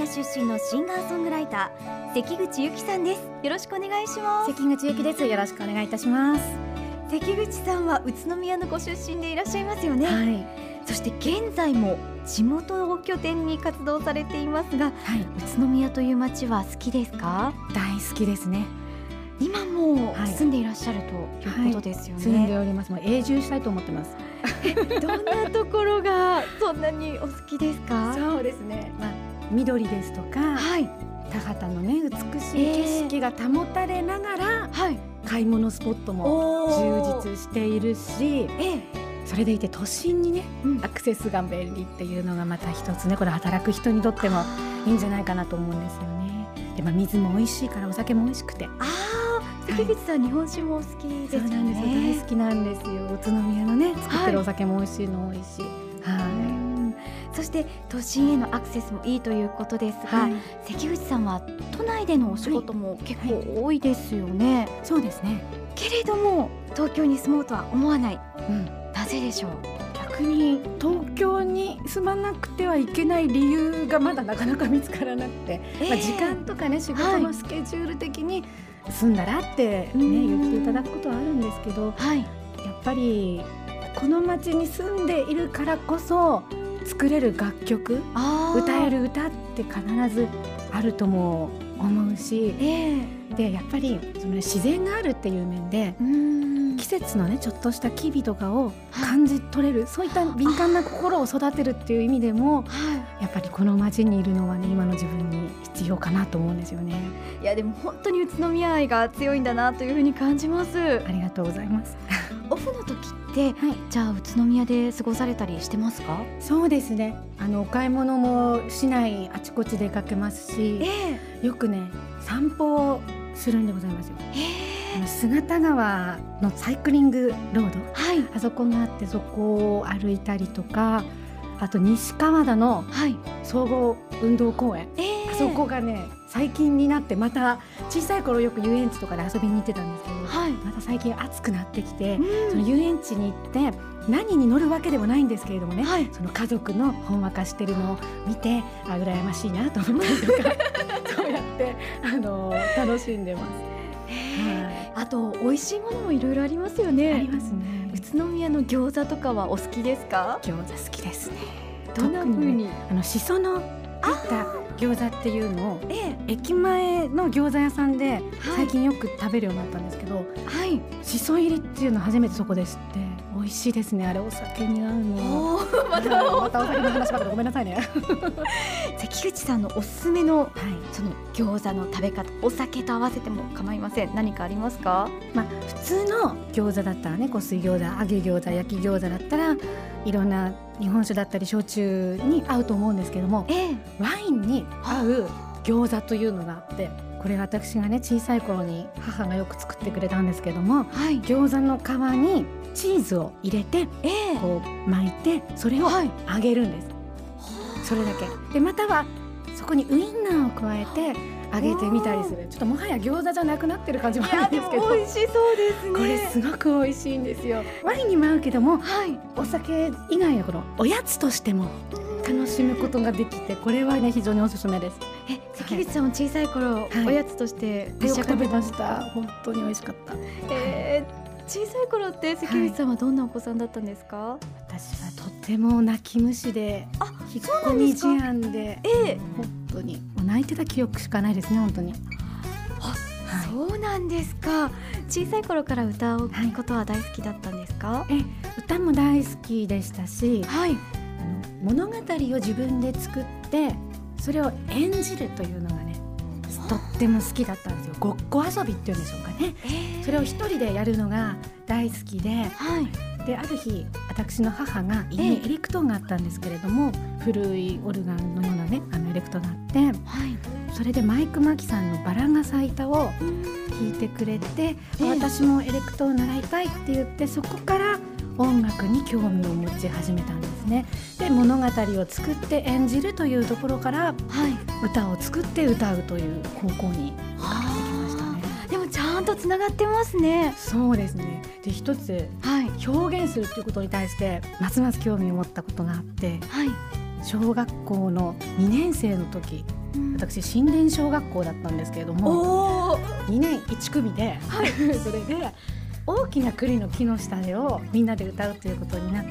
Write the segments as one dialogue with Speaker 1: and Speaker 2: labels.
Speaker 1: 宮出身のシンガーソングライター関口由紀さんです。よろしくお願いします。
Speaker 2: 関口由紀です。よろしくお願いいたします。
Speaker 1: 関口さんは宇都宮のご出身でいらっしゃいますよね。
Speaker 2: はい、
Speaker 1: そして現在も地元を拠点に活動されていますが、
Speaker 2: はい、
Speaker 1: 宇都宮という街は好きですか？
Speaker 2: 大好きですね。
Speaker 1: 今も住んでいらっしゃるということですよね。
Speaker 2: 住んでおります。もう永住したいと思ってます。
Speaker 1: どんなところがそんなにお好きですか？
Speaker 2: そうですね、緑ですとか、
Speaker 1: はい、
Speaker 2: 田畑のね美しい景色が保たれながら、
Speaker 1: はい、
Speaker 2: 買い物スポットも充実しているし、それでいて都心にね、アクセスが便利っていうのがまた一つね、これ働く人にとってもいいんじゃないかなと思うんですよね。で、水も美味しいからお酒も美味しくて、
Speaker 1: 関口さん、日本酒もお好きですよね。
Speaker 2: そうなんですよ、大好きなんですよ。宇都宮のね作ってるお酒も美味しいの多いし、
Speaker 1: そして都心へのアクセスもいいということですが、関口さんは都内でのお仕事も結構多いですよね。
Speaker 2: そうですね。
Speaker 1: けれども東京に住もうとは思わない、なぜでしょう？
Speaker 2: 逆に東京に住まなくてはいけない理由がまだなかなか見つからなくて、時間とかね仕事のスケジュール的に住んだらって、言っていただくことはあるんですけど、やっぱりこの街に住んでいるからこそ作れる楽曲、歌える歌って必ずあるとも思うし、でやっぱりその自然があるっていう面で、季節のねちょっとした機微とかを感じ取れる、そういった敏感な心を育てるっていう意味でも、やっぱりこの街にいるのはね今の自分に必要かなと思うんですよね。
Speaker 1: いやでも本当に宇都宮愛が強いんだなというふうに感じます。
Speaker 2: ありがとうございます。
Speaker 1: オフの時って、じゃあ宇都宮で過ごされたりしてますか？
Speaker 2: そうですね、お買い物も市内あちこち出かけますし、よくね散歩をするんでございますよ。姿川のサイクリングロード、あそこがあって、そこを歩いたりとか、あと西川田の総合運動公園、あそこがね最近になってまた、小さい頃よく遊園地とかで遊びに行ってたんですけど、また最近暑くなってきて、その遊園地に行って何に乗るわけでもないんですけれどもね、その家族のほんわかしてるのを見て、羨ましいなと思ったりとかそうやって楽しんでます。
Speaker 1: あと美味しいものもいろいろありますよね。
Speaker 2: ありますね。
Speaker 1: 宇都宮の餃子とかはお好きですか？
Speaker 2: 餃子好きですね。
Speaker 1: どんな風に？
Speaker 2: しその入った餃子っていうのを、駅前の餃子屋さんで最近よく食べるようになったんですけど、しそ入りっていうの初めてそこで知って、美味しいですね。あれお酒に合うの。またお酒の話ばかりごめんなさいね。
Speaker 1: 関口さんのおすすめの、その餃子の食べ方、お酒と合わせても構いません。何かありますか？
Speaker 2: 普通の餃子だったらね、水餃子、揚げ餃子、焼き餃子だったらいろんな日本酒だったり焼酎に合うと思うんですけども、ワインに合う餃子というのがあって、これ私がね小さい頃に母がよく作ってくれたんですけども、餃子の皮にチーズを入れて、こう巻いてそれを揚げるんです、それだけで、またはそこにウインナーを加えて揚げてみたりする。ちょっともはや餃子じゃなくなってる感じもあるんですけど、
Speaker 1: 美味しそうですね。
Speaker 2: これすごく美味しいんですよ。ワインにも合うけども、お酒以外のこのおやつとしても楽しむことができて、これはね非常におすすめです。
Speaker 1: 関口さんも小さい頃、おやつとして
Speaker 2: よく食べました。本当に美味しかった。
Speaker 1: 小さい頃って関口さんはどんなお子さんだったんですか？
Speaker 2: 私はとても泣き虫で、引っ込み思案で、本当に泣いてた記憶しかないですね。本当に。
Speaker 1: そうなんですか。小さい頃から歌うことは大好きだったんですか？
Speaker 2: 歌も大好きでしたし、物語を自分で作ってそれを演じるというのがねとっても好きだったんですよ。ごっこ遊びっていうんでしょうかね、それを一人でやるのが大好きで、である日私の母が家にエレクトーンがあったんですけれども、古いオルガンのようなねエレクトーンがあって、それでマイク・マキさんのバラが咲いたを弾いてくれて、私もエレクトーン習いたいって言って、そこから音楽に興味を持ち始めたんですね。で物語を作って演じるというところから、歌を作って歌うという方向に行かれてきましたね。
Speaker 1: でもちゃんとつながってますね。
Speaker 2: そうですね。で一つ、表現するということに対してますます興味を持ったことがあって、小学校の2年生の時私新田小学校だったんですけれども、2年1組で、それで大きな栗の木の下でをみんなで歌うということになって、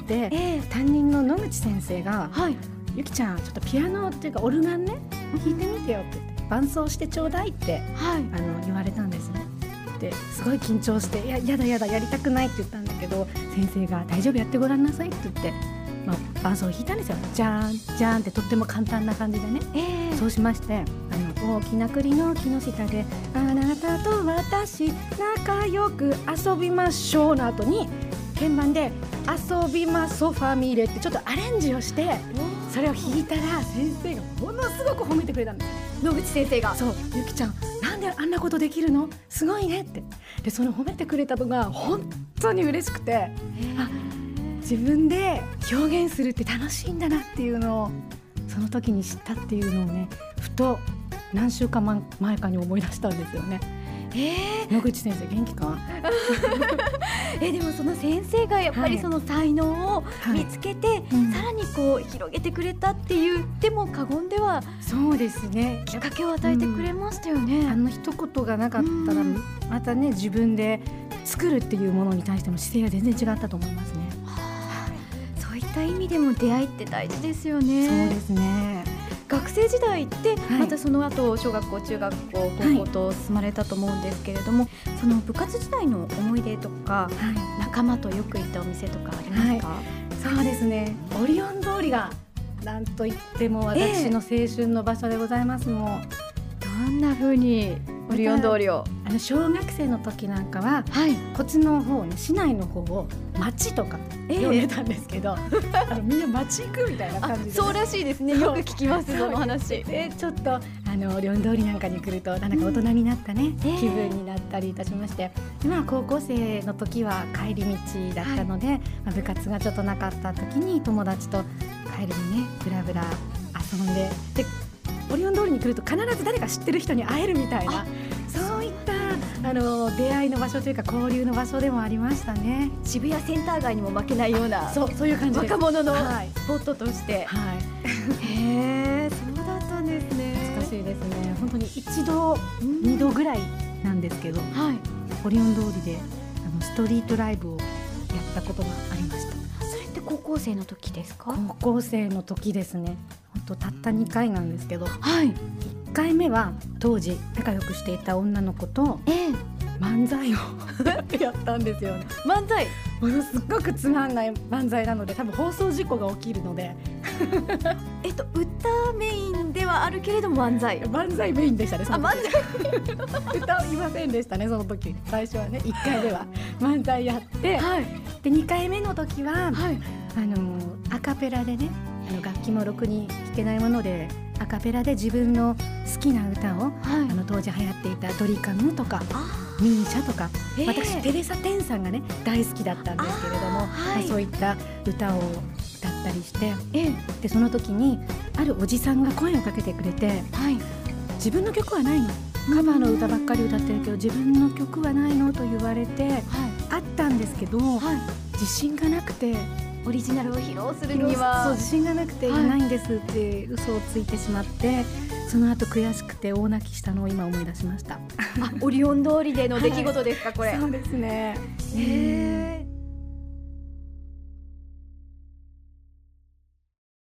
Speaker 2: 担任の野口先生が、ゆきちゃんちょっとピアノっていうかオルガンね弾いてみてよって言って伴奏してちょうだいって、言われたんですね。ですごい緊張して、やだやりたくないって言ったんだけど、先生が大丈夫やってごらんなさいって言って、伴奏を弾いたんですよ。じゃーんじゃーんってとっても簡単な感じでね、そうしまして、大きな栗の木の下であなたと私仲良く遊びましょうの後に鍵盤で遊びまそファミレってちょっとアレンジをして、それを弾いたら先生がものすごく褒めてくれたんです。
Speaker 1: 野口先生が、
Speaker 2: そう、ゆきちゃんなんであんなことできるの、すごいねって。でその褒めてくれたのが本当に嬉しくて、自分で表現するって楽しいんだなっていうのをその時に知ったっていうのをね、ふと何週間前かに思い出したんですよね。野口先生元気か
Speaker 1: でもその先生がやっぱりその才能を見つけて、さらにこう広げてくれたって言っても過言では、
Speaker 2: そうですね、
Speaker 1: きっかけを与えてくれましたよね。
Speaker 2: あの一言がなかったら、またね自分で作るっていうものに対しての姿勢が全然違ったと思いますね。
Speaker 1: そういった意味でも出会いって大事ですよね。
Speaker 2: そうですね。
Speaker 1: 学生時代ってまたその後小学校中学校高校と進まれたと思うんですけれども、その部活時代の思い出とか、仲間とよく行ったお店とかありますか？
Speaker 2: そうですね、オリオン通りがなんといっても私の青春の場所でございます。もう
Speaker 1: どんな風にオリオン通りを、
Speaker 2: 小学生の時なんかは、こっちの方ね、市内の方を町とか呼んでたんですけど、みんな町行くみたいな感じで、
Speaker 1: そうらしいですね。よく聞きますその話
Speaker 2: で、ちょっとオリオン通りなんかに来るとなんか大人になったね、気分になったりいたしまして、高校生の時は帰り道だったので、部活がちょっとなかった時に友達と帰りにねブラブラ遊んで、オリオン通りに来ると必ず誰か知ってる人に会えるみたいな、そういった出会いの場所というか交流の場所でもありましたね。
Speaker 1: 渋谷センター街にも負けないような、
Speaker 2: そういう感じです。
Speaker 1: 若者のスポットとして、へー、そうだったんですね。
Speaker 2: 難しいですね。本当に一度、二度ぐらいなんですけど、オリオン通りでストリートライブをやったことがありました。
Speaker 1: それって高校生の時ですか？
Speaker 2: 高校生の時ですね。本当たった2回なんですけど、1回目は当時仲良くしていた女の子と漫才をやったんですよね。
Speaker 1: 漫才、
Speaker 2: ものすごくつまんない漫才なので、多分放送事故が起きるので
Speaker 1: 歌メインではあるけれども漫才
Speaker 2: メインでしたね。
Speaker 1: 漫才
Speaker 2: 歌はいませんでしたね、その時。最初はね、1回目は漫才やって、で2回目の時は、アカペラでね、楽器もろくに弾けないものでアカペラで自分の好きな歌を、当時流行っていたドリカムとかミーシャとか、私テレサ・テンさんがね大好きだったんですけれども、そういった歌を歌ったりして、でその時にあるおじさんが声をかけてくれて、自分の曲はないの、カバーの歌ばっかり歌ってるけど自分の曲はないのと言われて、あったんですけど、自信がなくて、
Speaker 1: オリジナルを披露するには
Speaker 2: 自信がなくていないんですって嘘をついてしまって、その後悔しくて大泣きしたのを今思い出しました。
Speaker 1: オリオン通りでの出来事ですか、これ。
Speaker 2: そうですね。